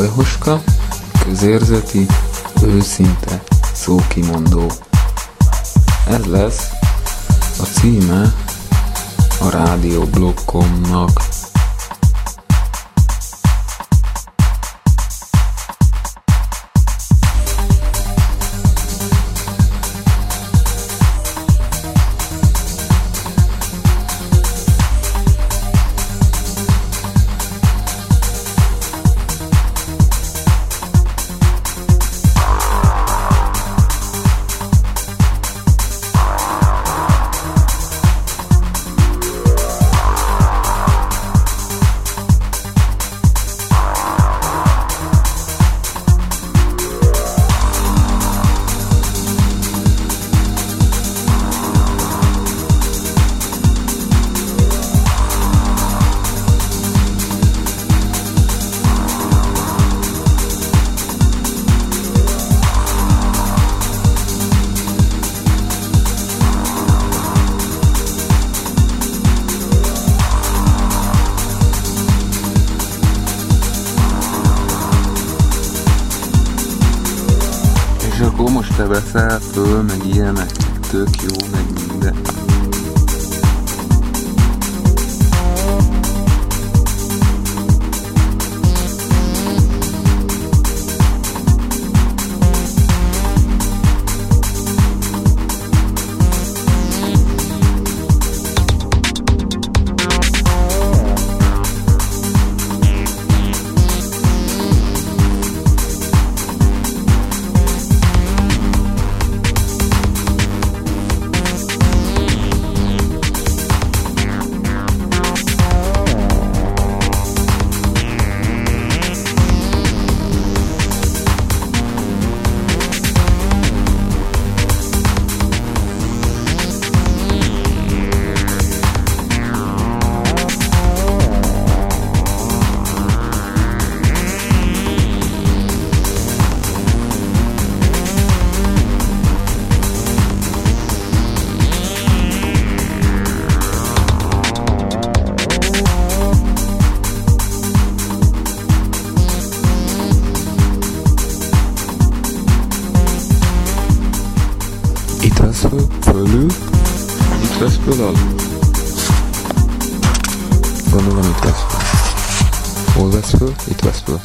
Bolyhoska, közérzeti, őszinte, szókimondó. Ez lesz a címe a rádióblogkomnak. És akkor most te veszel föl, meg ilyenek, tök jó, meg minden. Itt vesz fölül, itt vesz föl alul. Gondolom itt vesz föl. Hol vesz föl? Itt vesz föl.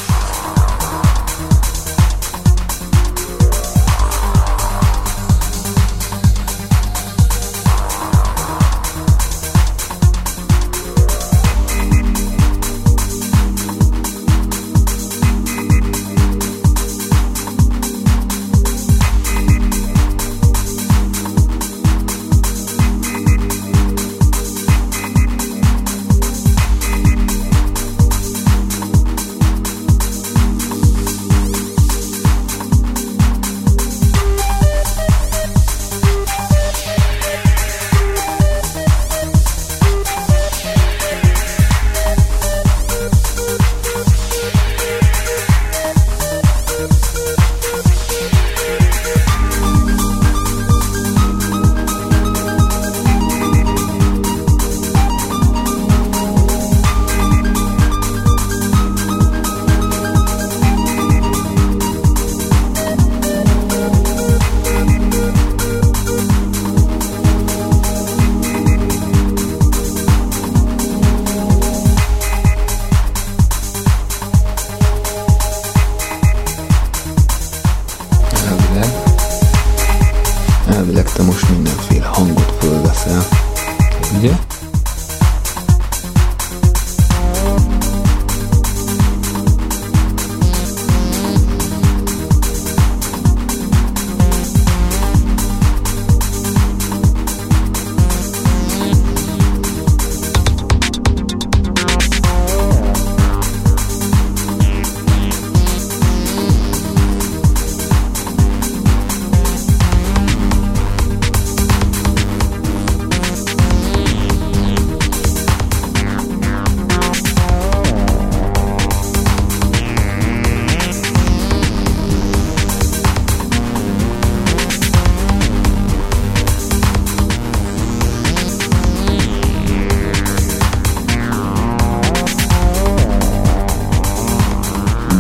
Elvileg te most mindenféle hangot fölveszel, ugye?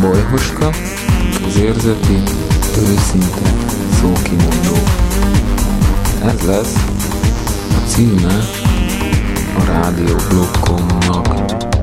Bolyhoska, közérzeti, őszinte, szókimondó. Ez lesz a címe a rádióblogkomnak.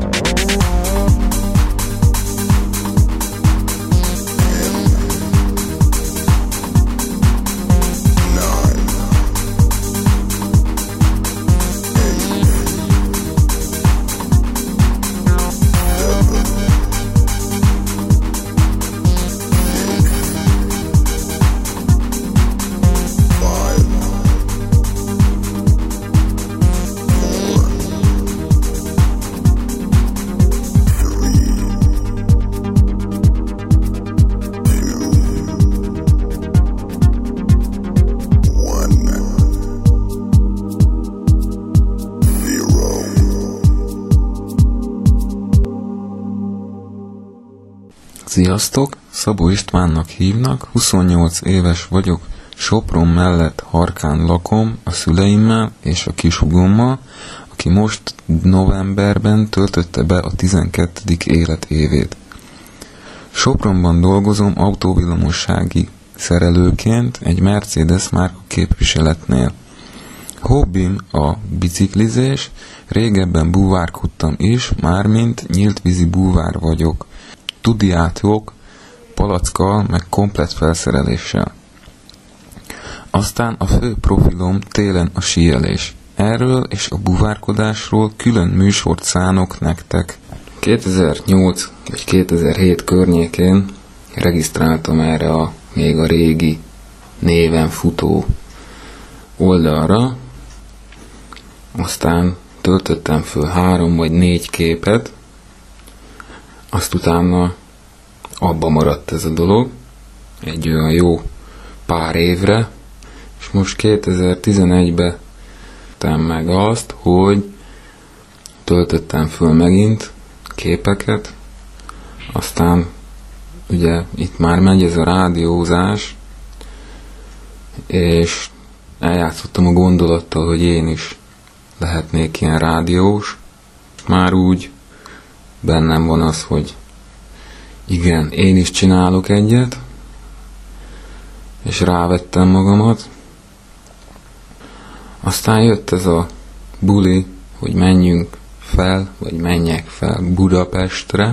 Sziasztok! Szabó Istvánnak hívnak, 28 éves vagyok, Sopron mellett Harkán lakom a szüleimmel és a kishugommal, aki most novemberben töltötte be a 12. életévét. Sopronban dolgozom autóvillamossági szerelőként egy Mercedes márka képviseletnél. Hobbim a biciklizés, régebben búvárkodtam is, mármint nyílt vízi búvár vagyok. Tudiátok, palackkal, meg komplett felszereléssel. Aztán a fő profilom télen a síelés. Erről és a búvárkodásról külön műsort szánok nektek. 2008 vagy 2007 környékén regisztráltam erre még a régi néven futó oldalra, aztán töltöttem föl 3 vagy 4 képet, azt utána abba maradt ez a dolog, egy olyan jó pár évre, és most 2011-ben tettem meg azt, hogy töltöttem föl megint képeket, aztán ugye itt már megy ez a rádiózás, és eljátszottam a gondolattal, hogy én is lehetnék ilyen rádiós, már úgy bennem van az, hogy igen, én is csinálok egyet, és rávettem magamat. Aztán jött ez a buli, hogy menjünk fel, vagy menjek fel Budapestre,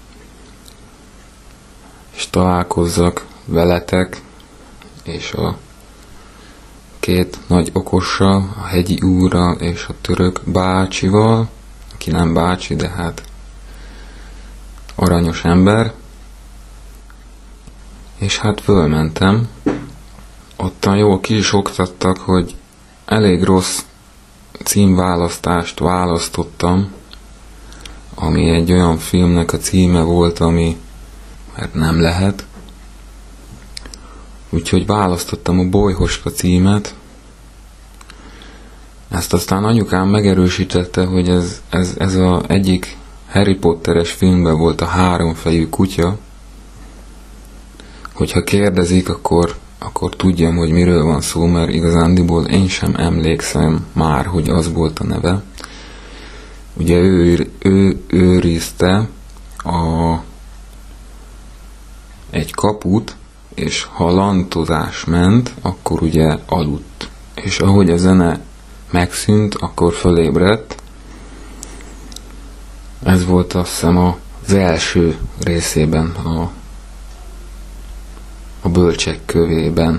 és találkozzak veletek, és a 2 nagy okossal, a hegyi úrral és a török bácsival, aki nem bácsi, de hát aranyos ember, és hát fölmentem. Ottan jól ki is oktattak, hogy elég rossz címválasztást választottam, ami egy olyan filmnek a címe volt, ami mert nem lehet. Úgyhogy választottam a Bolyhoska címet. Ezt aztán anyukám megerősítette, hogy ez az egyik Harry Potteres filmben volt a 3 fejű kutya. Hogyha kérdezik, akkor tudjam, hogy miről van szó, mert igazándiból én sem emlékszem már, hogy az volt a neve. Ugye ő őrizte egy kaput, és ha lantozás ment, akkor ugye aludt. És ahogy a zene megszűnt, akkor fölébredt. Ez volt azt hiszem az első részében a Bölcsek kövében.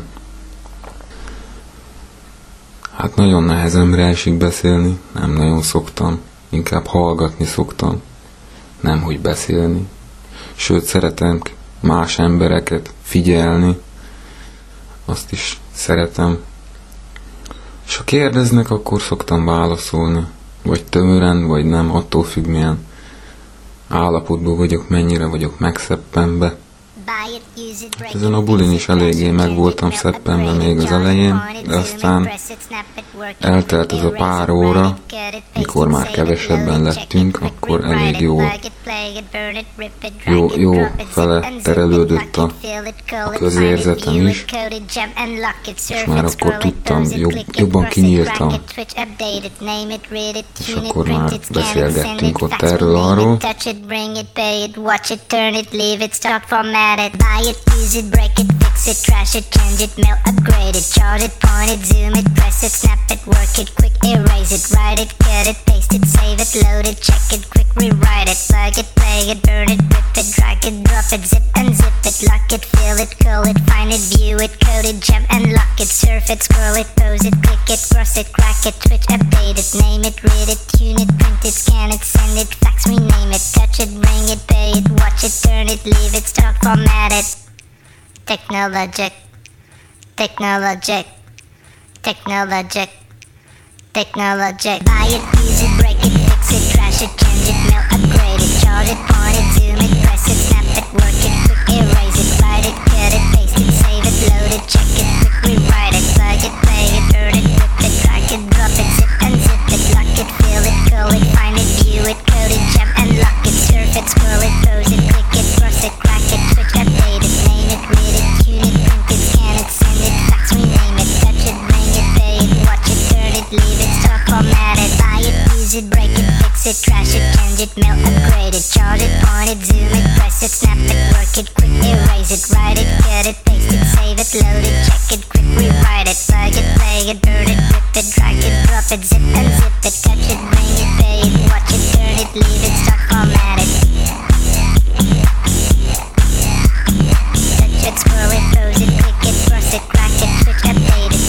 Hát nagyon nehezemre esik beszélni, nem nagyon szoktam, inkább hallgatni szoktam, nem hogy beszélni. Sőt, szeretem más embereket figyelni, azt is szeretem. És ha kérdeznek, akkor szoktam válaszolni, vagy tömören, vagy nem, attól függ, milyen állapotban vagyok, mennyire vagyok megszeppenve. Ezen a bulin is eléggé meg voltam szeppenben még az elején, de aztán eltelt az a pár óra, mikor már kevesebben lettünk, akkor elég jó fele terelődött a közérzetem is, és már akkor tudtam, jobban kinyíltam, és akkor már beszélgettünk ott erről-arról. Use it, break it, fix it, trash it, change it, mail, upgrade it, chart it, point it, zoom it, press it, snap it, work it, quick erase it, write it, cut it, paste it, save it, load it, check it, quick rewrite it, plug it, play it, burn it, rip it, drag it, drop it, zip and zip it, lock it, fill it, call it, find it, view it, code it, jump and lock it, surf it, scroll it, pose it, click it, cross it, crack it, switch, update it, name it, read it, tune it, print it, scan it, send it, fax, rename it, touch it, bring it, pay it, watch it, turn it, leave it, stock, format it. Technologic, technologic, technologic, technologic. Buy it, use it, break it, fix it, trash it, change it, mail, upgrade it, chart it, point it, zoom it, press it, snap it, work it, quick erase it, write it, cut it, paste it, save it, load it, check it, quick rewrite it, plug it, play it, burn it, rip it, drag it, drop it, zip and zip it, lock it, fill it, call it, find it, view it, code it, jump and lock it, surf it, scroll it, pose it, click it, cross it, crack it, switch, update it, name it, read it, tune it, print it, scan it, send it, fax, rename it, touch it, bring it, pay it, watch it, turn it, leave it, stock, format it, buy it, use it, break it, fix it, trash it, change it, mail, upgrade it, chart it, point it, zoom it, press it, snap it, work it, quick erase it, write it, cut it, paste it, save it, load it, check it, quick rewrite it, plug it, play it, burn it, rip it, drag it, drop it, zip and zip it, touch it, bring it, pay it, watch it, turn it, leave it, stock, format it. Touch it, scroll it, pose it, click it, cross it, crack it, switch, update it.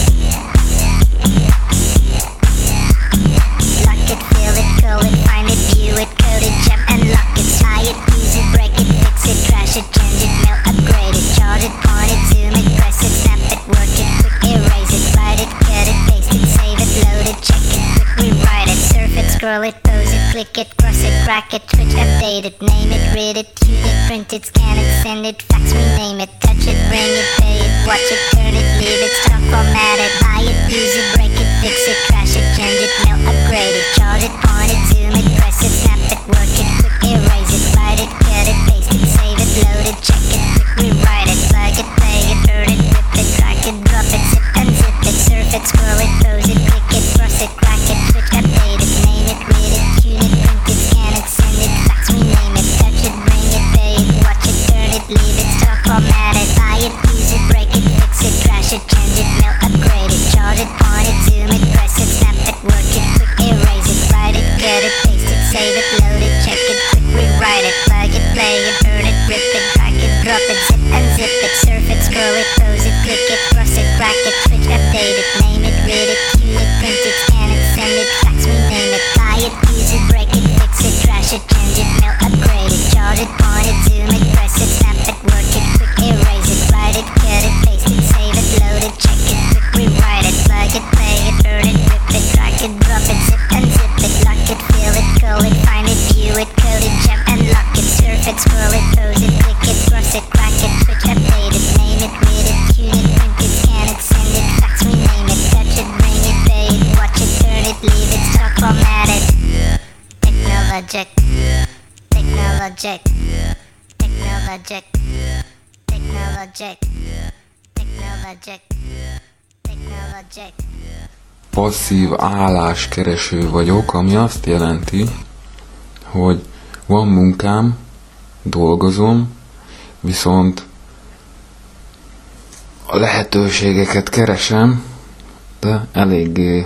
Lock it, fill it, call it, find it, view it, code it, jump and lock it, tie it, use it, break it, fix it, trash it, change it, mail, upgrade it, chart it, point it, zoom it, press it, snap it, work it, quick erase it, write it, cut it, paste it, save it, load it, check it, quick rewrite it, surf it, scroll it, pose it, click it, cross it, crack it, switch, update it, name it, read it, tune it, print it, scan it, send it, fax, rename it, touch it, bring it, pay it, watch it, turn it, leave it, stock, format it, buy it, use it, break it, fix it, trash it, change it, mail, upgrade it, chart it, point it, zoom it, press it, snap it, work it, quick erase it, write it, cut it, paste it, save it, load it, check it, quick rewrite it, plug it, play it, burn it, rip it, drag it, drop it, zip and zip it, surf it, scroll it, pose it, click it, cross it, crack it, switch, update it, name it, read it, tune it, print it, scan it, send it, fax, rename it, touch it, bring it, pay it, watch it, turn it, leave it, stock, format it, buy it, use it, break it, fix it, trash it, change it, mail, upgrade it, chart it, point it, zoom it, press it, snap it, work it, quick erase it, write it, cut it, paste it, save it, load it, check it, quick rewrite it, plug it, play it, burn it, rip it, drag it, drop it, zip and zip it, surf it, scroll it, pose it, click it, cross it, crack it, switch, update it, name it, read it, tune it, print it, scan it, send it, fax, rename it, buy it, use it, break it, fix it, trash it, change it, mail, upgrade it, chart it, point it, zoom it, press it, snap it, work it, quick erase it, write it, cut it, paste it, save it, load it, check it, quick rewrite it, plug it, play it, burn it, rip it, drag it, drop it, zip and zip it, lock it, fill it, call it, find it, view it, code it, jump and lock it, surf it, scroll it, pose it, click it, cross it, crack it, switch, update it, name it, read it, tune it, print it, scan it, send it, fax, rename it, touch it, bring it, pay it, watch it, turn it, leave it, stock, format it. Technologic, technologic, technologic, technologic, technologic, technologic. Passzív álláskereső vagyok, ami azt jelenti, hogy van munkám, dolgozom, viszont a lehetőségeket keresem, de eléggé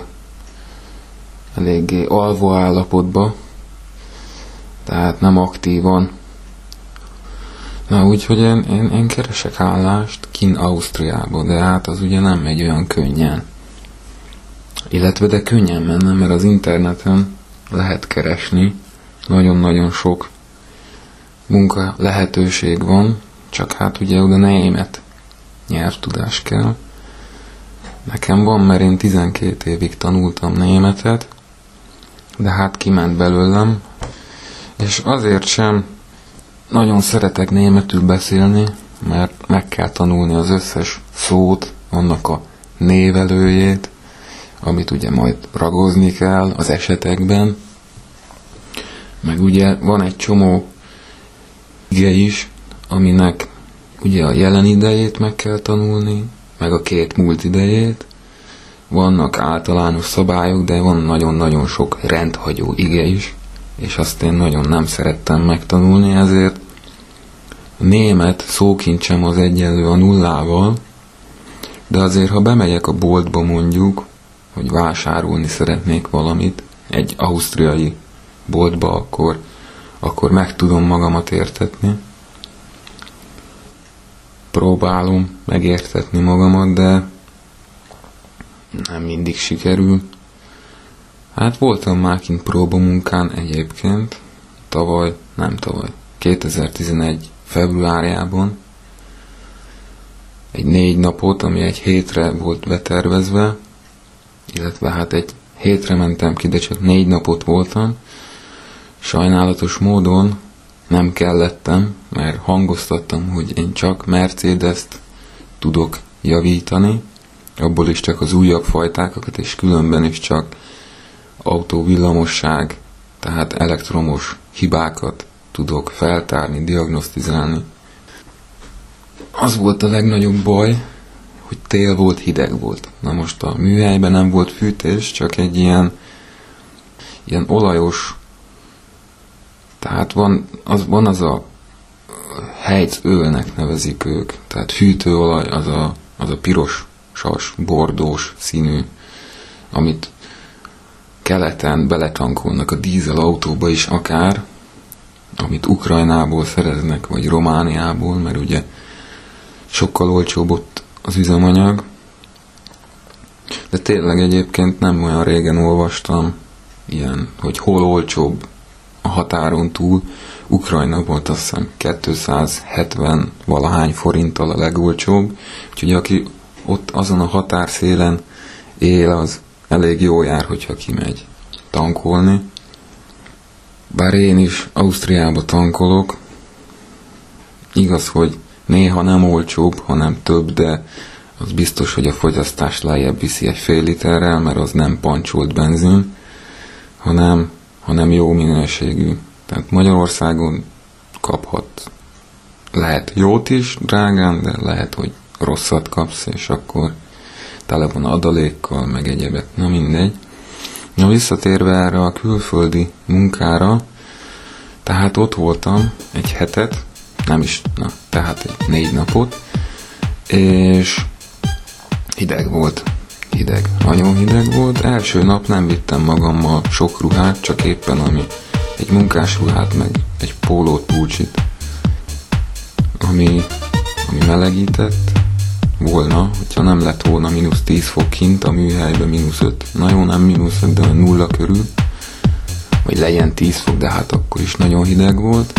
alvó állapotba, tehát nem aktívan. Na, úgyhogy én keresek állást kint Ausztriába, de hát az ugye nem megy olyan könnyen. Illetve de könnyen menne, mert az interneten lehet keresni, nagyon-nagyon sok munka lehetőség van, csak hát ugye oda német nyelvtudás kell. Nekem van, mert én 12 évig tanultam németet, de hát kiment belőlem, és azért sem nagyon szeretek németül beszélni, mert meg kell tanulni az összes szót, annak a névelőjét, amit ugye majd ragozni kell az esetekben. Meg ugye van egy csomó ige is, aminek ugye a jelen idejét meg kell tanulni, meg a két múlt idejét. Vannak általános szabályok, de van nagyon-nagyon sok rendhagyó ige is, és azt én nagyon nem szerettem megtanulni, ezért a német szókincsem az egyenlő a nullával, de azért, ha bemegyek a boltba mondjuk, hogy vásárolni szeretnék valamit, egy ausztriai boltba, akkor meg tudom magamat értetni. Próbálom megértetni magamat, de nem mindig sikerül. Hát voltam már kint próbamunkán egyébként, 2011 februárjában, egy 4 napot, ami egy hétre volt betervezve, illetve hát egy hétre mentem ki, de csak 4 napot voltam. Sajnálatos módon nem kellettem, mert hangoztattam, hogy én csak Mercedes-t tudok javítani, abból is csak az újabb fajtákat, és különben is csak autóvillamosság, tehát elektromos hibákat tudok feltárni, diagnosztizálni. Az volt a legnagyobb baj, hogy tél volt, hideg volt. Na most a műhelyben nem volt fűtés, csak egy ilyen olajos, tehát van az a hejcölnek nevezik ők, tehát fűtőolaj, az a piros, sas, bordós színű, amit keleten beletankolnak a dízel autóba is akár, amit Ukrajnából szereznek, vagy Romániából, mert ugye sokkal olcsóbb ott az üzemanyag. De tényleg egyébként nem olyan régen olvastam ilyen, hogy hol olcsóbb a határon túl. Ukrajna volt azt hiszem 270 valahány forinttal a legolcsóbb, úgyhogy aki ott azon a határszélen él, az elég jól jár, hogyha kimegy tankolni. Bár én is Ausztriába tankolok, igaz, hogy néha nem olcsóbb, hanem több, de az biztos, hogy a fogyasztás lejjebb viszi egy fél literrel, mert az nem pancsolt benzin, hanem jó minőségű. Tehát Magyarországon lehet jót is drágán, de lehet, hogy rosszat kapsz, és akkor tele van adalékkal, meg egyebek. Na mindegy. Na visszatérve erre a külföldi munkára, tehát ott voltam egy hetet, tehát egy 4 napot, és hideg volt. Nagyon hideg volt. Első nap nem vittem magammal sok ruhát, csak éppen egy munkás ruhát, meg egy pólót, pulcsit, ami melegített volna, hogyha nem lett volna -10 fok kint, a műhelyben -5. Na jó, nem -5, de 0 körül, vagy legyen 10 fok, de hát akkor is nagyon hideg volt.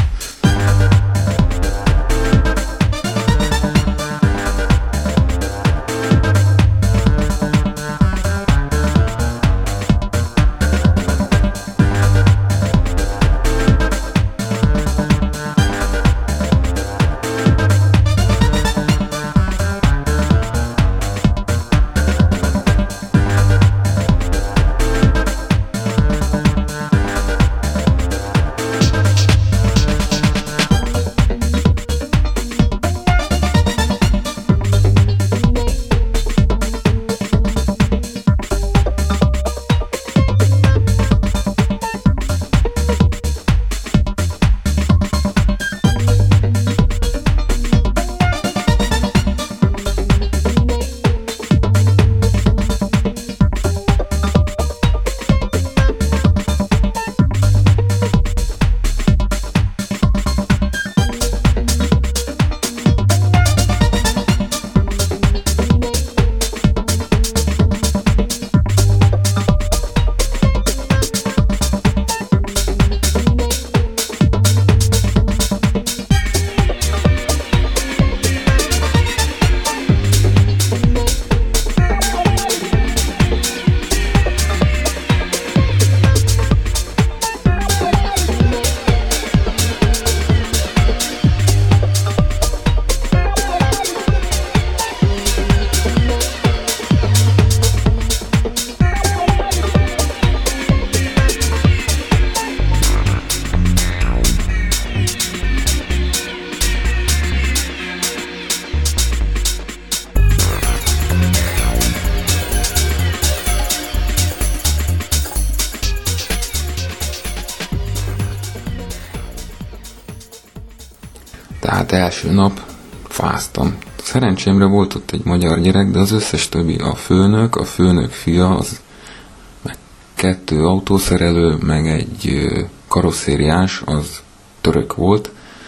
Tehát első nap fáztam. Szerencsémre volt ott egy magyar gyerek, de az összes többi, a főnök fia, meg 2 autószerelő, meg egy karosszériás, az török volt,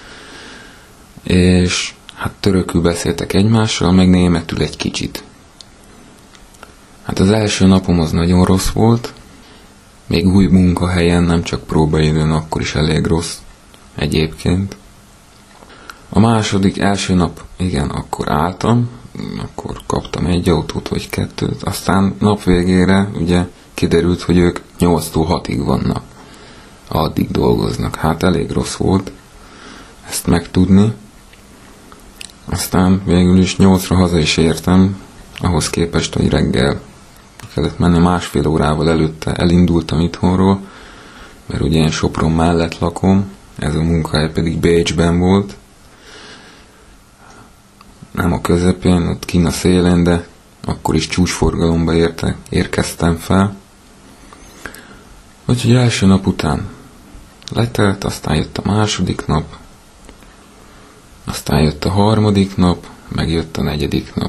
és hát törökül beszéltek egymással, meg németül egy kicsit. Hát az első napom az nagyon rossz volt, még új munkahelyen, nem csak próbaidőn, akkor is elég rossz egyébként. A első nap, igen, akkor álltam, akkor kaptam 1 autót vagy 2, aztán nap végére ugye kiderült, hogy ők 8-tól 6-ig vannak, addig dolgoznak. Hát elég rossz volt ezt megtudni. Aztán végül is 8-ra haza is értem, ahhoz képest, hogy reggel kellett menni 1,5 órával előtte, elindultam itthonról, mert ugye én Sopron mellett lakom, ez a munkahely pedig Bécsben volt, nem a közepén, ott kinn a szélén, de akkor is csúcsforgalomba érkeztem fel. Úgyhogy első nap után letelt, aztán jött a második nap, aztán jött a harmadik nap, meg jött a 4. nap.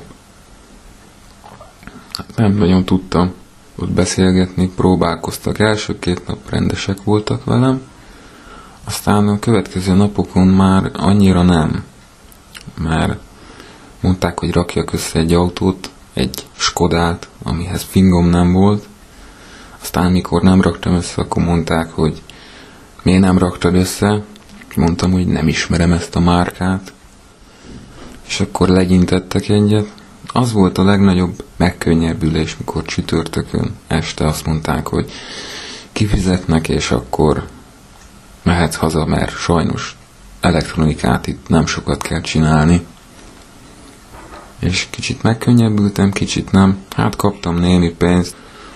Nem nagyon tudtam ott beszélgetni, próbálkoztak. Első 2 nap rendesek voltak velem, aztán a következő napokon már annyira nem, mert mondták, hogy rakjak össze egy autót, egy Skodát, amihez fingom nem volt. Aztán mikor nem raktam össze, akkor mondták, hogy miért nem raktad össze. Mondtam, hogy nem ismerem ezt a márkát. És akkor legyintettek egyet. Az volt a legnagyobb megkönnyebbülés, mikor csütörtökön este azt mondták, hogy kifizetnek, és akkor mehetsz haza, mert sajnos elektronikát itt nem sokat kell csinálni. És kicsit megkönnyebbültem, kicsit nem. Hát kaptam némi pénzt.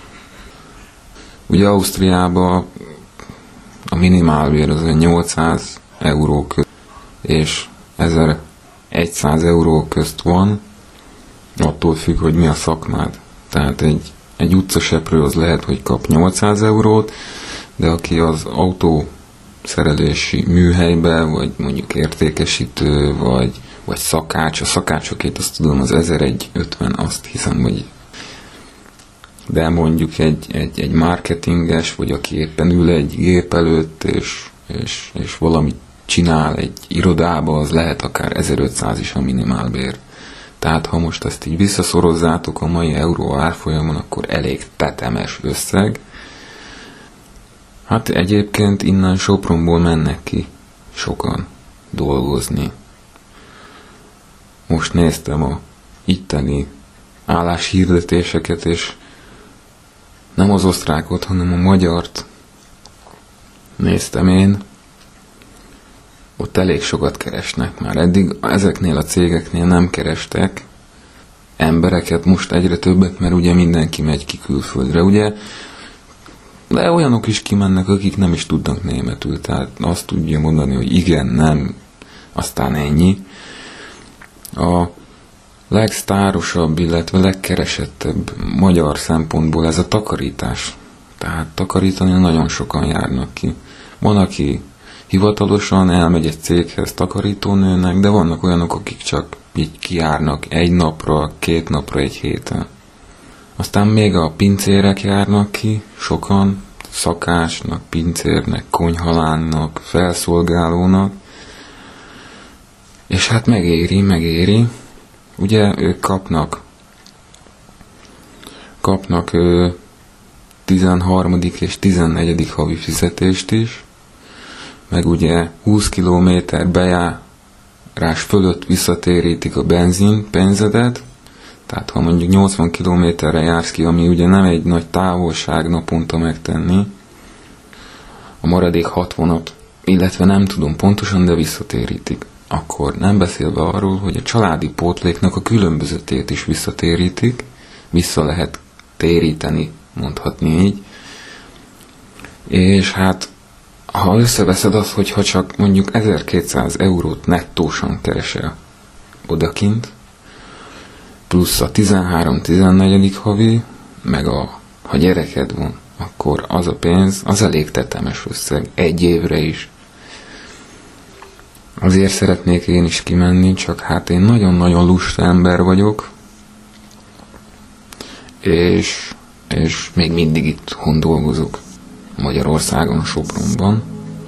Ugye Ausztriában a minimálbér az 800 euró közt, és 1100 euró közt van, attól függ, hogy mi a szakmád. Tehát egy utcaseprő az lehet, hogy kap 800 eurót, de aki az autószerelési műhelybe, vagy mondjuk értékesítő, vagy szakács, a szakácsokét azt tudom, az 1150, azt hiszem, hogy de mondjuk egy marketinges, vagy aki éppen ül egy gép előtt, és valamit csinál egy irodába, az lehet akár 1500 is a minimálbér. Tehát ha most ezt így visszaszorozzátok a mai euró árfolyamon, akkor elég tetemes összeg. Hát egyébként innen Sopronból mennek ki sokan dolgozni. Most néztem a itteni álláshirdetéseket, és nem az osztrákot, hanem a magyart néztem én. Ott elég sokat keresnek már. Eddig ezeknél a cégeknél nem kerestek embereket, most egyre többet, mert ugye mindenki megy ki külföldre, ugye? De olyanok is kimennek, akik nem is tudnak németül, tehát azt tudja mondani, hogy igen, nem, aztán ennyi. A legsztárosabb, illetve legkeresettebb magyar szempontból ez a takarítás. Tehát takarítani nagyon sokan járnak ki. Van, aki hivatalosan elmegy egy céghez takarítónőnek, de vannak olyanok, akik csak így kijárnak 1 napra, 2 napra, 1 héten. Aztán még a pincérek járnak ki, sokan, szakácsnak, pincérnek, konyhalánnak, felszolgálónak, és hát megéri. Ugye ők kapnak 13. és 14. havi fizetést is, meg ugye 20 km bejárás fölött visszatérítik a pénzedet, tehát ha mondjuk 80 km-re jársz ki, ami ugye nem egy nagy távolság naponta megtenni, a maradék 60-at, illetve nem tudom pontosan, de visszatérítik. Akkor nem beszélve arról, hogy a családi pótléknak a különbözetét is visszatérítik, vissza lehet téríteni, mondhatni így. És hát, ha összeveszed azt, hogyha csak mondjuk 1200 eurót nettósan keresel odakint, plusz a 13-14. havi, meg ha gyereked van, akkor az a pénz, az elég tetemes összeg, 1 évre is. Azért szeretnék én is kimenni, csak hát én nagyon-nagyon lusta ember vagyok, és még mindig itthon dolgozok, Magyarországon, Sopronban.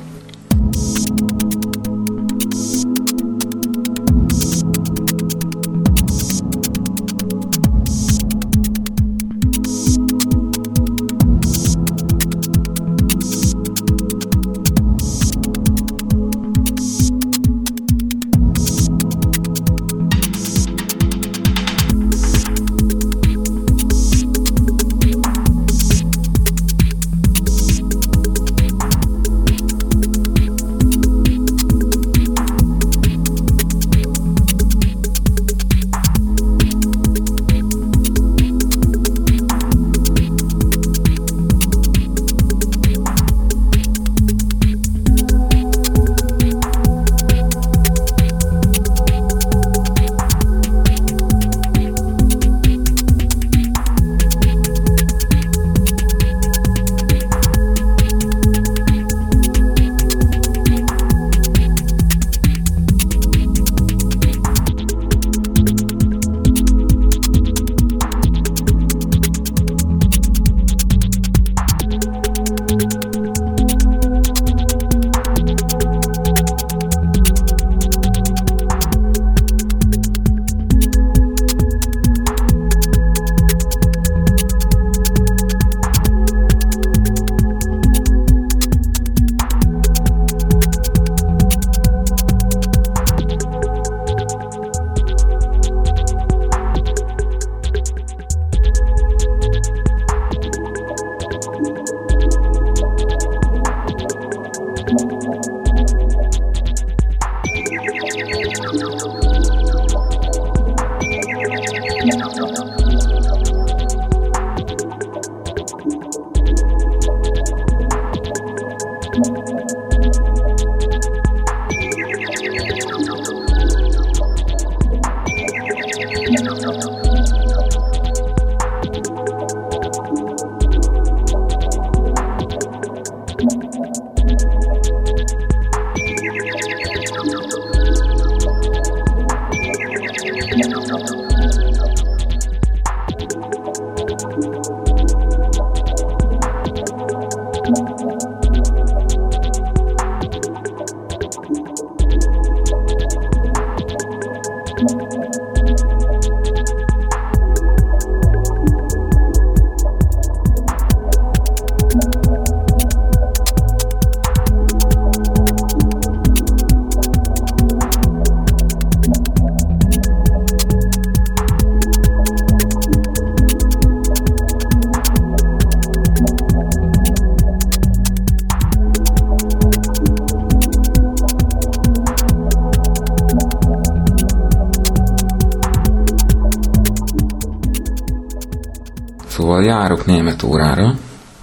Szóval járok német órára,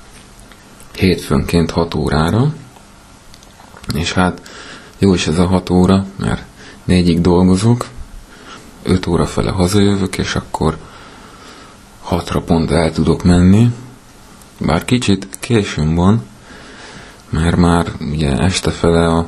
hétfőnként 6 órára, és hát jó is ez a 6 óra, mert 4-ig dolgozok, 5 óra fele hazajövök, és akkor 6-ra pont el tudok menni, bár kicsit későn van, mert már ugye este fele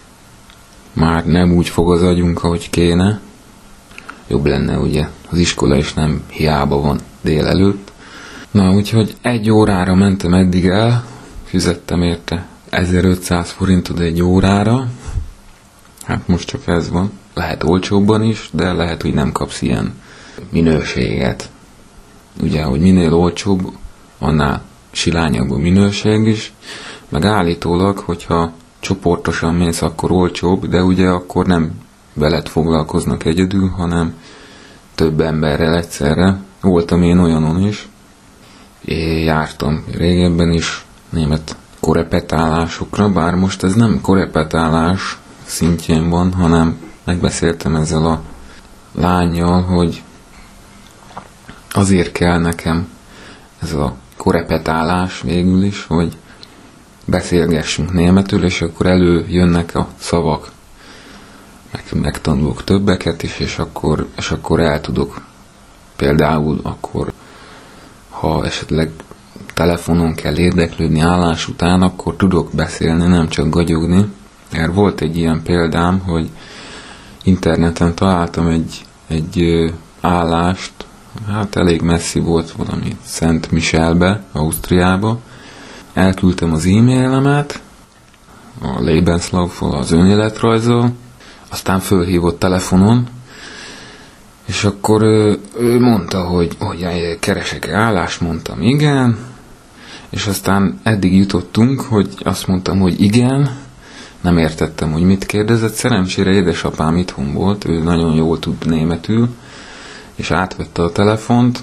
már nem úgy fog az agyunk, ahogy kéne. Jobb lenne ugye, az iskola is nem hiába van délelőtt. Na, úgyhogy 1 órára mentem eddig el, fizettem érte 1500 forintot 1 órára. Hát most csak ez van. Lehet olcsóbban is, de lehet, hogy nem kapsz ilyen minőséget. Ugye, hogy minél olcsóbb, annál silányabb a minőség is, meg állítólag, hogyha csoportosan mész, akkor olcsóbb, de ugye akkor nem veled foglalkoznak egyedül, hanem több emberrel egyszerre. Voltam én olyanon is. Én jártam régebben is német korepetálásokra, bár most ez nem korepetálás szintjén van, hanem megbeszéltem ezzel a lánnyal, hogy azért kell nekem ez a korepetálás végül is, hogy beszélgessünk németül, és akkor előjönnek a szavak. Megtanulok többeket is, és akkor el tudok például akkor, ha esetleg telefonon kell érdeklődni állás után, akkor tudok beszélni, nem csak gagyogni. Mert volt egy ilyen példám, hogy interneten találtam egy állást, hát elég messzi volt, valami Szent Michelbe, Ausztriába. Elküldtem az e-mailemet, a Lebenslauf-ol, az önéletrajzol, aztán fölhívott telefonon, és akkor ő mondta, hogy keresek állást, mondtam igen, és aztán eddig jutottunk, hogy azt mondtam, hogy igen, nem értettem, hogy mit kérdezett. Szerencsére édesapám itthon volt, ő nagyon jól tud németül, és átvette a telefont,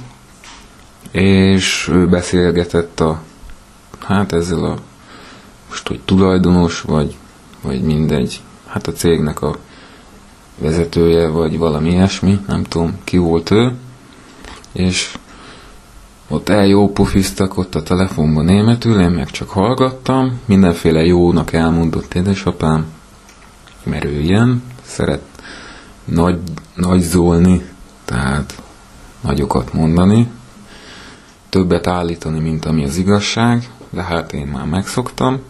és ő beszélgetett ezzel most, hogy tulajdonos, vagy mindegy, hát a cégnek a vezetője, vagy valami ilyesmi, nem tudom, ki volt ő, és ott eljópofiztak ott a telefonban németül, én meg csak hallgattam, mindenféle jónak elmondott édesapám, mert ő ilyen, szeret nagyzolni, tehát nagyokat mondani, többet állítani, mint ami az igazság, de hát én már megszoktam,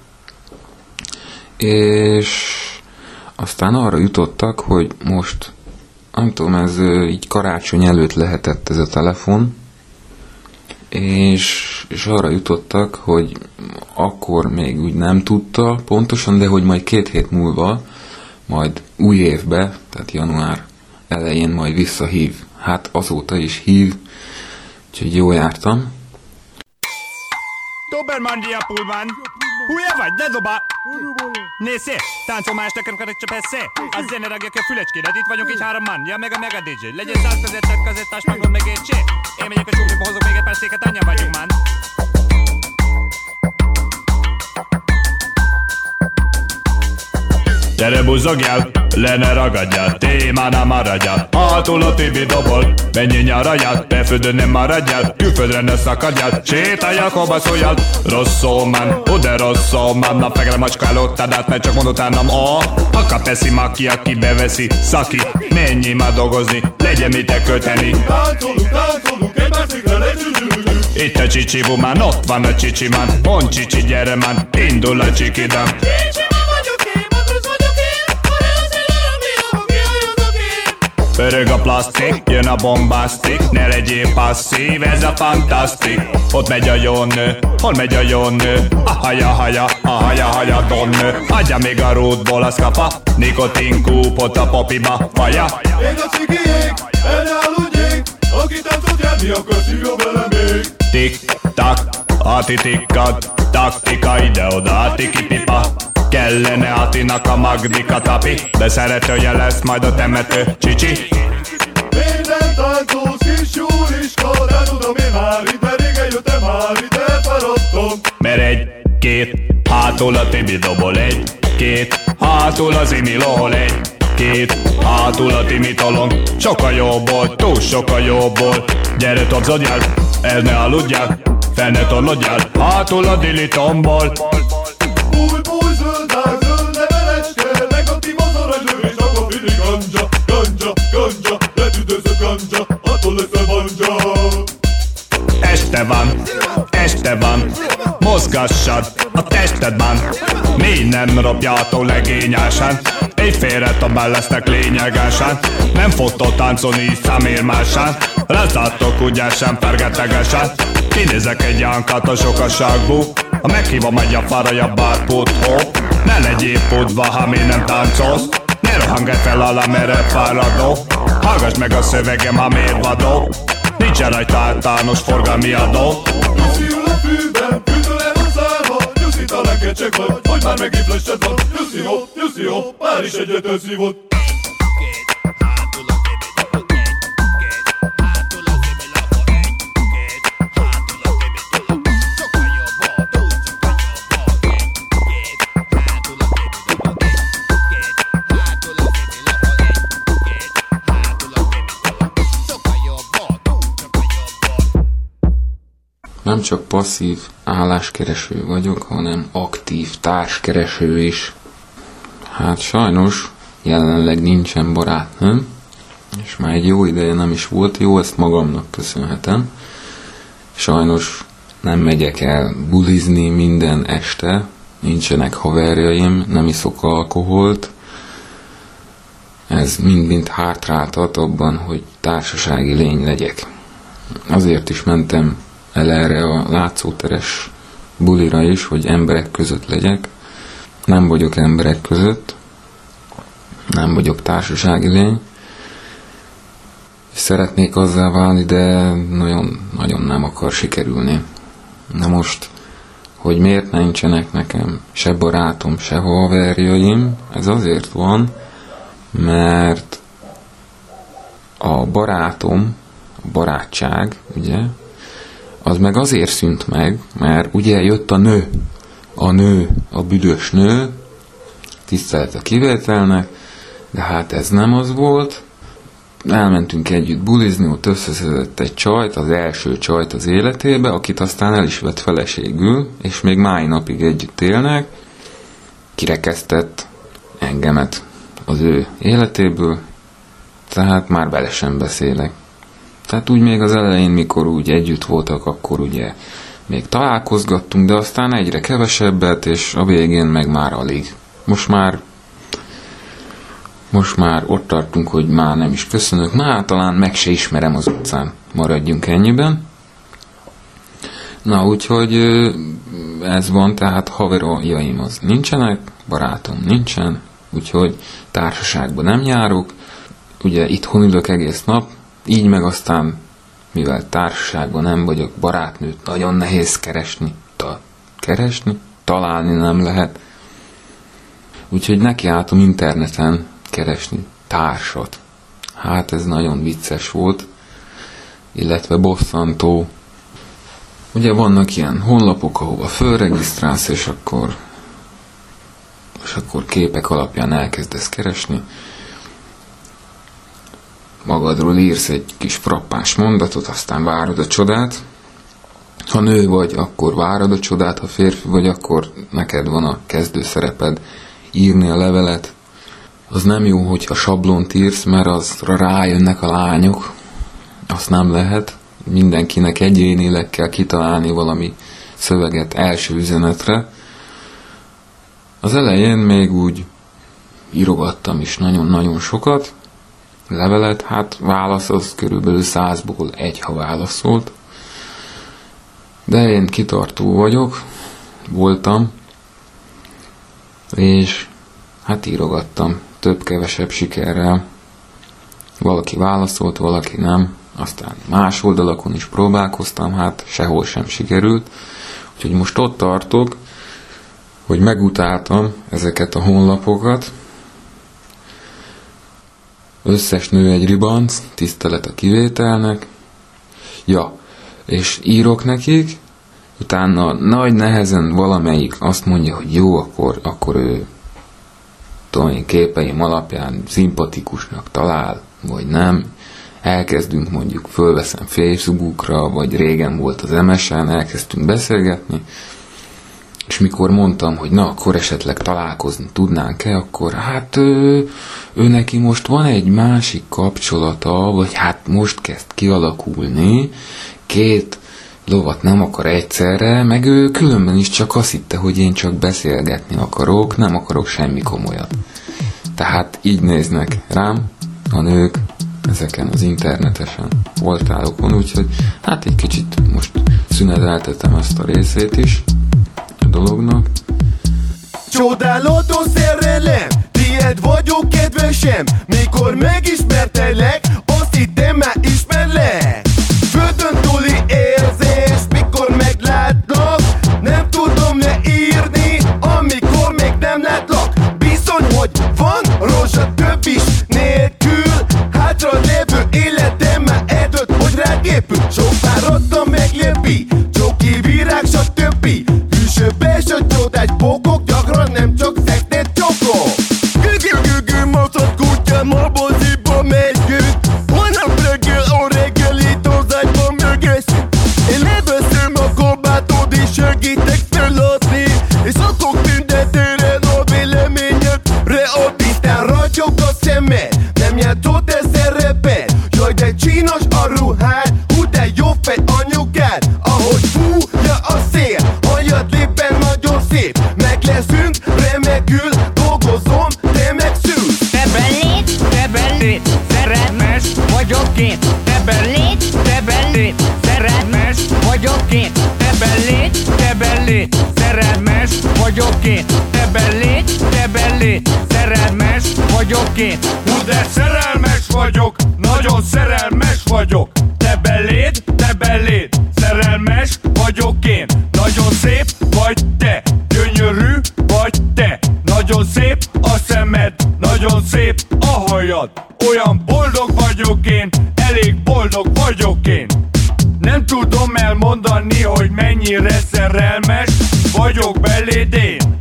és aztán arra jutottak, hogy most, nem tudom, ez így karácsony előtt lehetett ez a telefon, és arra jutottak, hogy akkor még úgy nem tudta pontosan, de hogy majd 2 hét múlva, majd új évbe, tehát január elején majd visszahív. Hát azóta is hív, úgyhogy jól jártam. Dobermann-dia Pullman! Hülye vagy? Ne dobá! Nézd szép! Táncol más nekem csak persze! Az zene ragja ki a fülecskédet, itt vagyunk így 3 man, ja meg a mega DJ. Legyen 100 kazettás, megmond meg egy csé! Én megyek a csúkliba, hozok még egy pár széket, annyian vagyunk, man! Gyere buzzogjál, le ne ragadjál, témán nem maradjál, hátul a Tibi dobol, menj nyarajál, beföldön nem maradjál, külföldre ne szakadjál, sétálj a kobaszoljál, rosszó man, de rosszó man, na fegre macskálódtad át, mert csak mond utánam, a kapeszi maki, aki beveszi, szaki, menjél már dolgozni, legyen mit költeni. Táncolunk, egy percikre lecsücsülünk. Itt a csicsi bumán, ott van a csicsi man, mond csicsi gyere man, indul a csikidám. Pörög a plastik, jön a bombasztik, ne legyél passzív, ez a fantasztik. Ott megy a jó nő, hol megy a jó nő? A haja tonnő. Adja még a rútból a szkapa, nikotin kúpot a popiba, vaja. Én a cikiék, el ne aludjék, aki táncot járni akar, szívja vele még. Tik-tak, ati-tikkad, taktika ide-oda, ati-kipipa. Kellene Atinak a Magdika tapi, de szeretője lesz majd a temető csicsi. Minden táncos kis Júliska, de tudom én már itt, mert régen jöttem már itt, elfáradtam. Mert 1-2, hátul a Tibi dobol, 1-2, hátul az Imi lohol, 1-2, hátul a Timi tolong. Sokkal jobbból, túl sokkal jobbból. Gyere topzodjál, el ne aludjál, fel ne torlodjál, hátul a Dili tombol. Búj, zöld levelecske, negatív az aranylövés, akkor mindig ganja, letüdőzött ganja, attól leszel banja. Este van, mozgassad a testedben, mi nem ropjától legényásan, éjfélre tovább lesznek lényegesen, nem fogtok táncolni számérmásán, rászálltok ugyásan, pergetegesen, kinézek egy jánkat a sokaságból, ha meghívom egy a faraja bárpóthó, ne legyél podva, ha mi nem táncolsz, ne rohangálj fel alá, merre fáradó, hallgass meg a szövegem, ha mérvadó, nincsen rajta általános forgalmi adó. Nyuszi ül a fűben, küldöl el a szárba, nyuszít a lekecsek vagy, hogy már megint flesed van, nyuszi jó, már is egyet összívott. Nem csak passzív álláskereső vagyok, hanem aktív társkereső is. Hát sajnos jelenleg nincsen barátnőm, és már egy jó ideje nem is volt jó, ezt magamnak köszönhetem. Sajnos nem megyek el bulizni minden este, nincsenek haverjaim, nem iszok alkoholt. Ez mind-mind hátráltat abban, hogy társasági lény legyek. Azért is mentem el erre a látszóteres bulira is, hogy emberek között legyek. Nem vagyok emberek között, nem vagyok társasági lény. Szeretnék azzá válni, de nagyon nem akar sikerülni. Na most, hogy miért nincsenek nekem se barátom, se haverjaim, ez azért van, mert a barátom, a barátság, ugye, az meg azért szűnt meg, mert ugye jött a nő, a büdös nő, tisztelet a kivételnek, de hát ez nem az volt. Elmentünk együtt bulizni, ott összeszedett egy csajt, az első csajt az életébe, akit aztán el is vett feleségül, és még mai napig együtt élnek. Kirekesztett engemet az ő életéből, tehát már bele sem beszélek. Tehát úgy még az elején, mikor úgy együtt voltak, akkor ugye még találkozgattunk, de aztán egyre kevesebbet, és a végén meg már alig. Most már ott tartunk, hogy már nem is köszönök, már talán meg se ismerem az utcán. Maradjunk ennyiben. Na, úgyhogy ez van, tehát haverjaim az nincsenek, barátom nincsen, úgyhogy társaságban nem járok. Ugye itthon ülök egész nap, így meg aztán, mivel társaságban nem vagyok, barátnőt nagyon nehéz keresni, találni nem lehet. Úgyhogy nekiálltam interneten keresni társat. Hát ez nagyon vicces volt, illetve bosszantó. Ugye vannak ilyen honlapok, ahova fölregisztrálsz, és akkor képek alapján elkezdesz keresni. Magadról írsz egy kis frappáns mondatot, aztán várod a csodát. Ha nő vagy, akkor várod a csodát, ha férfi vagy, akkor neked van a kezdőszereped írni a levelet. Az nem jó, hogyha sablont írsz, mert azra rájönnek a lányok. Azt nem lehet. Mindenkinek egyénileg kell kitalálni valami szöveget első üzenetre. Az elején még úgy írogattam is nagyon-nagyon sokat. Levelet, hát válasz az körülbelül 100-ból 1, ha válaszolt. De én kitartó vagyok, voltam, és hát írogattam több-kevesebb sikerrel. Valaki válaszolt, valaki nem. Aztán más oldalakon is próbálkoztam, hát sehol sem sikerült. Úgyhogy most ott tartok, hogy megutáltam ezeket a honlapokat. Összes nő egy ribanc, tisztelet a kivételnek. Ja, és írok nekik, utána nagy nehezen valamelyik azt mondja, hogy jó, akkor ő képeim alapján szimpatikusnak talál, vagy nem. Elkezdünk, mondjuk fölveszem Facebookra, vagy régen volt az MSN, elkezdtünk beszélgetni, és mikor mondtam, hogy na, akkor esetleg találkozni tudnánk-e, akkor hát ő neki most van egy másik kapcsolata, vagy hát most kezd kialakulni, 2 lovat nem akar egyszerre, meg ő különben is csak azt hitte, hogy én csak beszélgetni akarok, nem akarok semmi komolyat. Tehát így néznek rám a nők ezeken az internetesen portálokon, úgyhogy hát egy kicsit most szüneteltetem ezt a részét is a dolognak. Csodálható szerelem, tiéd vagyok kedvesem, mikor megismertelek, azt hittem már ismerlek. Földön túli érzés, mikor meglátlak, nem tudom leírni, amikor még nem látlak. Bizony, hogy van rózsa több is nélkül, hátra lévő életem már eldölt, hogy rád épül. Sok fáradtam meglépi, csoki virág, stb. Hűsöbbes a csodás bókok, gyakran nem csak szexnet csokok. Gü-gü-gü-gü, maszat kutya, ma boziba megy, én, ebben légy, szerelmes vagyok én, ebben légy, szerelmes vagyok én, ebben légy, szerelmes vagyok én. Hú, de szerelmes vagyok, nagyon szerelmes vagyok. Te beléd, szerelmes vagyok én. Nagyon szép vagy te, gyönyörű vagy te. Nagyon szép a szemed, nagyon szép a hajad. Olyan boldog vagyok én, elég boldog vagyok én. Nem tudom elmondani, hogy mennyire szerelmes vagyok beléd én.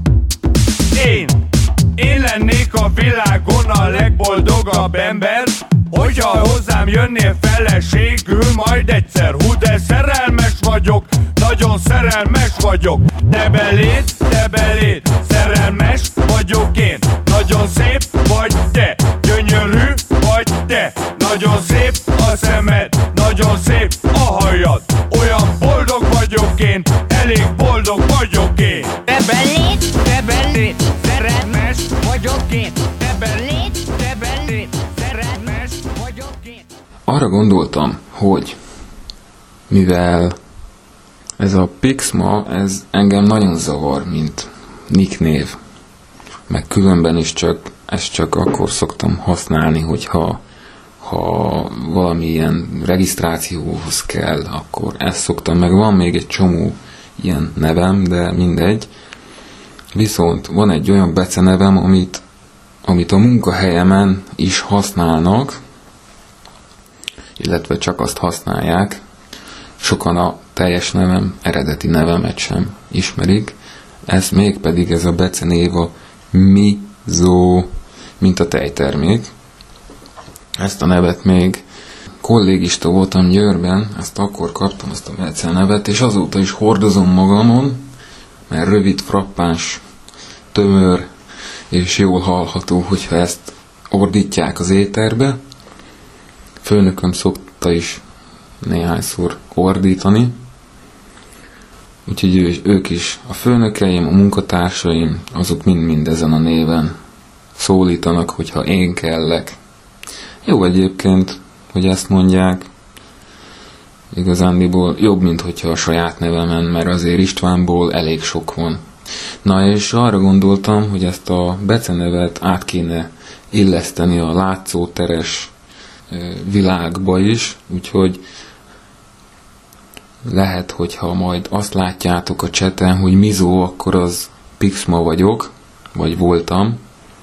Én lennék a világon a legboldogabb ember, hogyha hozzám jönnél feleségül majd egyszer. Hú, de szerelmes vagyok, nagyon szerelmes vagyok. Te beléd, szerelmes vagyok én. Nagyon szép vagy te, gyönyörű vagy te. Nagyon szép a szemed, nagyon szép a hajad. Olyan boldog vagyok én, elég boldog vagyok én. Te beléd, szerelmes vagyok én, ebben légy, szerelmes vagyok én. Arra gondoltam, hogy mivel ez a Pixma, ez engem nagyon zavar, mint nicknév. Meg különben is ezt csak akkor szoktam használni, hogyha valamilyen regisztrációhoz kell, akkor ezt szoktam, meg van még egy csomó ilyen nevem, de mindegy. Viszont van egy olyan becenevem, amit a munkahelyemen is használnak, illetve csak azt használják. Sokan a teljes nevem, eredeti nevemet sem ismerik. Ez mégpedig ez a becenév a Mizo, mint a tejtermék. Ezt a nevet még kollégista voltam Győrben, ezt akkor kaptam, ezt a becenevet, és azóta is hordozom magamon, mert rövid, frappáns, tömör, és jól hallható, hogyha ezt ordítják az éterbe. Főnököm szokta is néhányszor ordítani, úgyhogy ők is, a főnökeim, a munkatársaim, azok mind ezen a néven szólítanak, hogyha én kellek. Jó egyébként, hogy ezt mondják, igazándiból jobb, mint hogyha a saját nevemen, mert azért Istvánból elég sok van. Na és arra gondoltam, hogy ezt a becenevet át kéne illeszteni a látszóteres világba is, úgyhogy lehet, hogyha majd azt látjátok a chaten, hogy Mizo, akkor az Pixma vagyok, vagy voltam.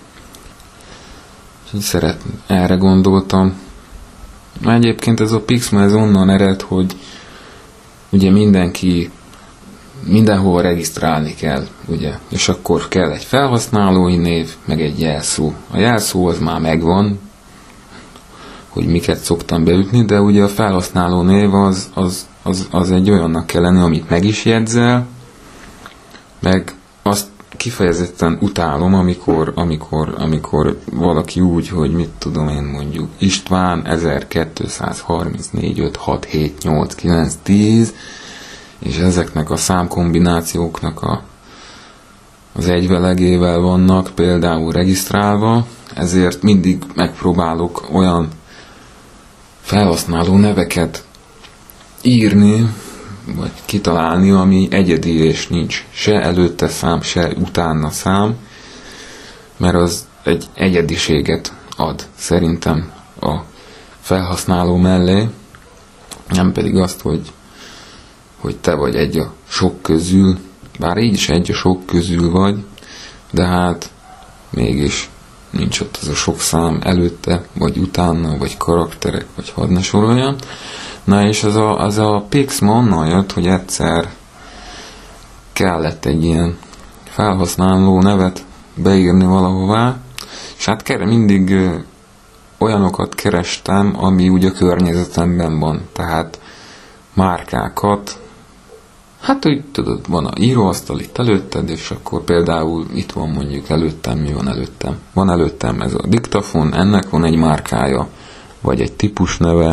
Úgyhogy erre gondoltam. Egyébként ez a Pixma, ez onnan ered, hogy ugye mindenhol regisztrálni kell, ugye, és akkor kell egy felhasználói név, meg egy jelszó. A jelszó az már megvan, hogy miket szoktam beütni, de ugye a felhasználó név az egy olyannak kell lenni, amit meg is jegyzel, meg azt kifejezetten utálom, amikor valaki úgy, hogy mit tudom én mondjuk, István 1234 5 6 7 8 9 10, és ezeknek a számkombinációknak az egyvelegével vannak például regisztrálva, ezért mindig megpróbálok olyan felhasználó neveket írni, vagy kitalálni, ami egyedi és nincs se előtte szám, se utána szám, mert az egy egyediséget ad szerintem a felhasználó mellé, nem pedig azt, hogy te vagy egy a sok közül, bár így is egy a sok közül vagy, de hát mégis nincs ott az a sok szám előtte, vagy utána, vagy karakterek, vagy hadd ne soroljam. Na és az a Pixma onnan jött, hogy egyszer kellett egy ilyen felhasználó nevet beírni valahová, és hát mindig olyanokat kerestem, ami úgy a környezetemben van, tehát márkákat, hát úgy tudod, van a íróasztal itt előtted, és akkor például itt van mondjuk előttem, mi van előttem? Van előttem ez a diktafon, ennek van egy márkája, vagy egy típusneve,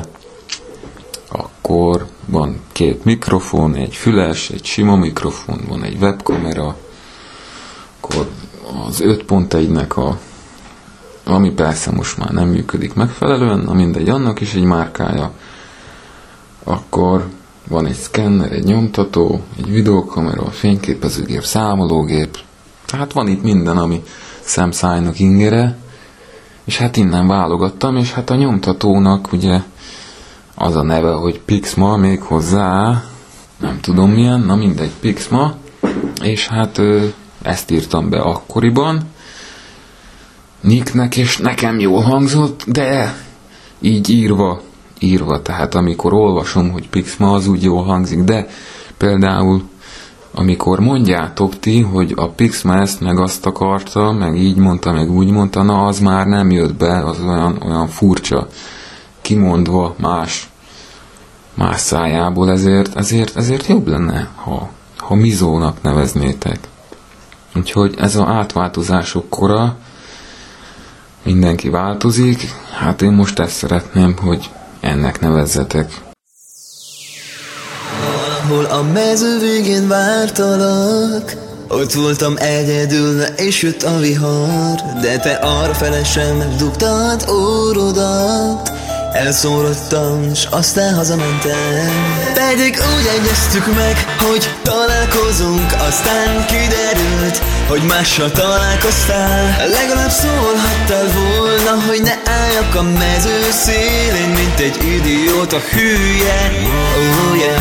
akkor van 2 mikrofon, egy füles, egy sima mikrofon, van egy webkamera, akkor az 5.1-nek ami persze most már nem működik megfelelően, na mindegy, annak is egy márkája. Akkor van egy szkenner, egy nyomtató, egy videókamera, fényképezőgép, számológép, tehát van itt minden, ami szemszájnak ingere, és hát innen válogattam, és hát a nyomtatónak ugye az a neve, hogy Pixma, még hozzá, nem tudom milyen, na mindegy, Pixma, és hát ezt írtam be akkoriban Nicknek, és nekem jól hangzott, de így írva, tehát amikor olvasom, hogy Pixma, az úgy jól hangzik, de például amikor mondjátok ti, hogy a Pixma ezt meg azt akarta, meg így mondta, meg úgy mondta, na az már nem jött be, az olyan furcsa, kimondva más szájából, ezért jobb lenne, ha Mizónak neveznétek. Úgyhogy ez az átváltozások kora, mindenki változik, hát én most ezt szeretném, hogy ennek nevezzetek. Valahol a mező végén vártalak, ott voltam egyedül, és jött a vihar, de te arrafele sem dugtad órodat. Elszórodtam, s aztán hazamentem. Pedig úgy egyeztük meg, hogy találkozunk, aztán kiderült, hogy mással találkoztál. Legalább szólhattál volna, hogy ne álljak a mező szélén, mint egy idióta hülye. Oh yeah.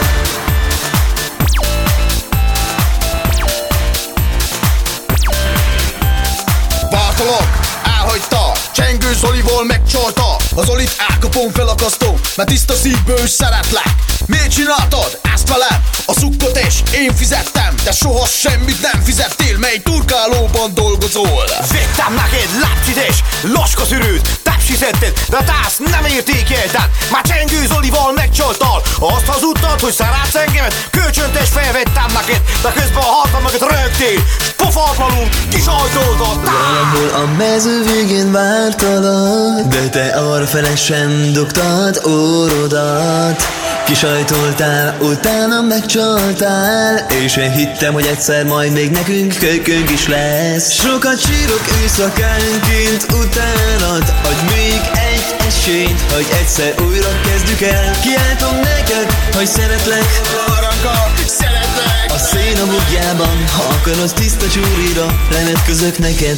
Bartolok elhagyta, Csengő Zoliból megcsalta. Az Zolit elkapom, felakasztom, mert tiszta szívből is szeretlek. Miért csináltad ezt velem? A szukkot és én fizettem, de soha semmit nem fizettél, mely turkálóban dolgozol. Vittem neked lápcsit és laskaszűrőt, tepsiszetted, de te ezt nem értékelted. Már Csengő Zolival megcsaltál, azt hazudtad, hogy szeretsz engemet, kölcsönt és felvettem neked, de közben a harcban meged rögtél, s pofátlanul kisajtoltad. Valahol a mező végén vártalak, de te arrafele sem dugtad órodat. Kisajtoltál, utána megcsaltál, és én hittem, hogy egyszer majd még nekünk kölykünk is lesz. Sokat sírok éjszakánként utánad, adj még egy esélyt, hogy egyszer újra kezdjük el. Kiáltom neked, hogy szeretlek, Aranka, szeretlek. a szén a bugyjában, ha akarod tiszta csúrira, levetközök neked.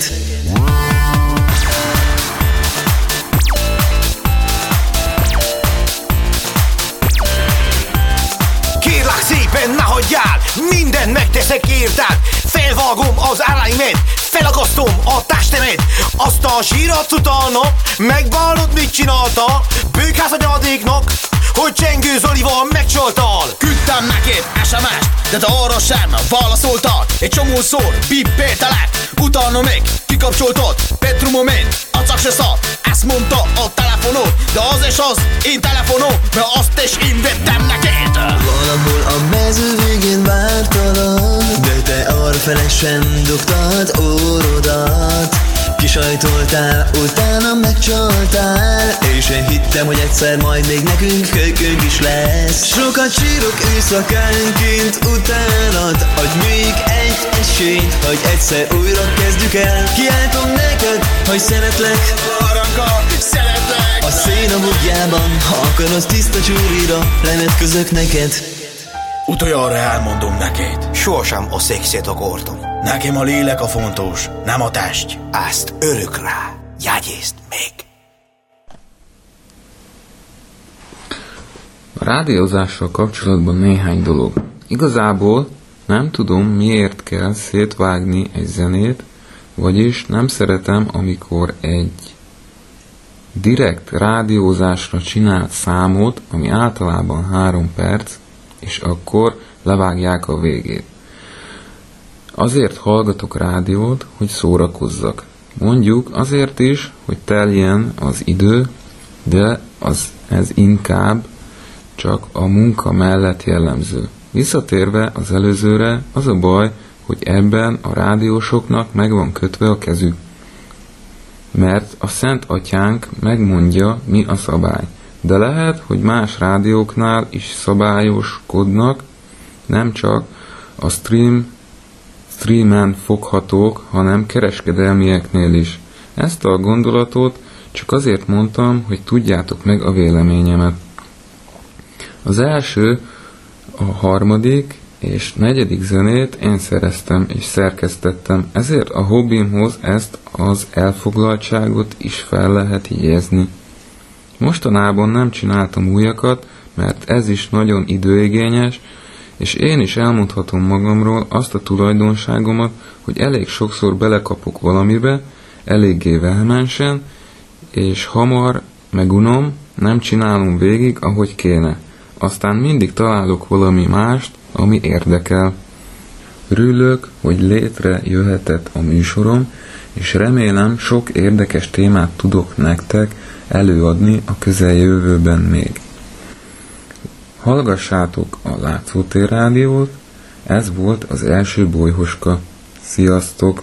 Kérlek szépen, ne hagyjál, mindent megteszek érted. Felvágom az állaimet, felakasztom a testemet. Azt a sírat utána megbánod, mit csináltál. Bőkház a nyadéknak, hogy Csengő Zolival megcsaltál. Küldtem neked SMS-t, de te arra sem válaszoltál. Egy csomószor bippeltelek, utána még kikapcsoltad. Petrumomén, acak se szar, ezt mondta a telefonod. De az és az én telefonom, mert azt is én vettem neked. Valahol a mező végén vártalak, de te arrafele sem dugtad órodat. Kisajtoltál, utána megcsaltál, és én hittem, hogy egyszer majd még nekünk kölykünk is lesz. Sokat sírok éjszakánként utánad, adj még egy esélyt, hogy egyszer újra kezdjük el. Kiáltom neked, hogy szeretlek, Aranka, szeretlek. a szén a bugyjában, ha akarod tiszta csúrira, levetközök neked. Utoljára elmondom neked, Sosem a szexet akartam. nekem a lélek a fontos, nem a test. Ezt örökre jegyezd meg. A rádiózással kapcsolatban néhány dolog. Igazából nem tudom, miért kell szétvágni egy zenét, vagyis nem szeretem, amikor egy direkt rádiózásra csinált számot, ami általában 3 perc, és akkor levágják a végét. Azért hallgatok rádiót, hogy szórakozzak. Mondjuk azért is, hogy teljen az idő, de ez inkább csak a munka mellett jellemző. Visszatérve az előzőre, az a baj, hogy ebben a rádiósoknak meg van kötve a kezük. Mert a Szent Atyánk megmondja, mi a szabály. De lehet, hogy más rádióknál is szabályoskodnak, nem csak a streamen foghatók, hanem kereskedelmieknél is. Ezt a gondolatot csak azért mondtam, hogy tudjátok meg a véleményemet. Az első, a harmadik és negyedik zenét én szereztem és szerkesztettem, ezért a hobbimhoz ezt az elfoglaltságot is fel lehet jegyezni. Mostanában nem csináltam újakat, mert ez is nagyon időigényes, és én is elmondhatom magamról azt a tulajdonságomat, hogy elég sokszor belekapok valamibe, eléggé vehemensen, és hamar megunom, nem csinálom végig, ahogy kéne. Aztán mindig találok valami mást, ami érdekel. Örülök, hogy létre jöhetett a műsorom, és remélem sok érdekes témát tudok nektek előadni a közeljövőben még. Hallgassátok a Látszótér Rádiót, ez volt az első Bolyhoska. Sziasztok!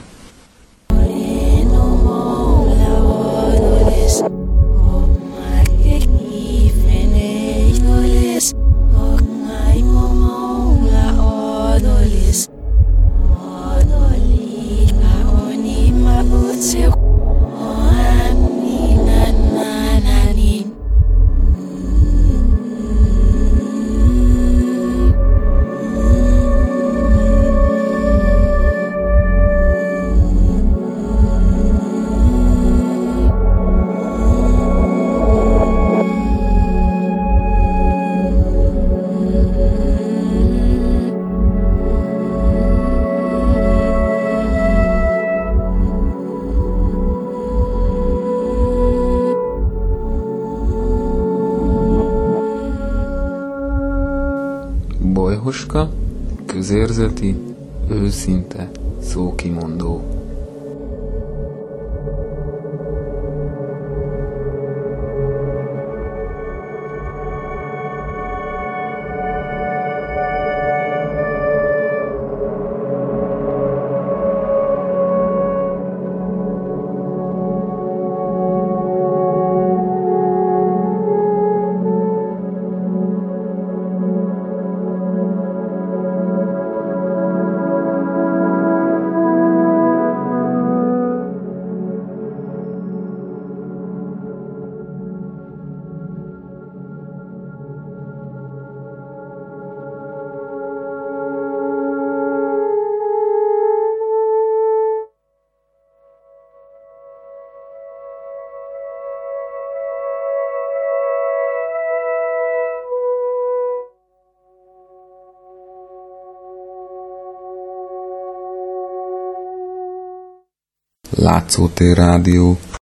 Bolyhoska, közérzeti, őszinte, szókimondó. Látszótér Rádió.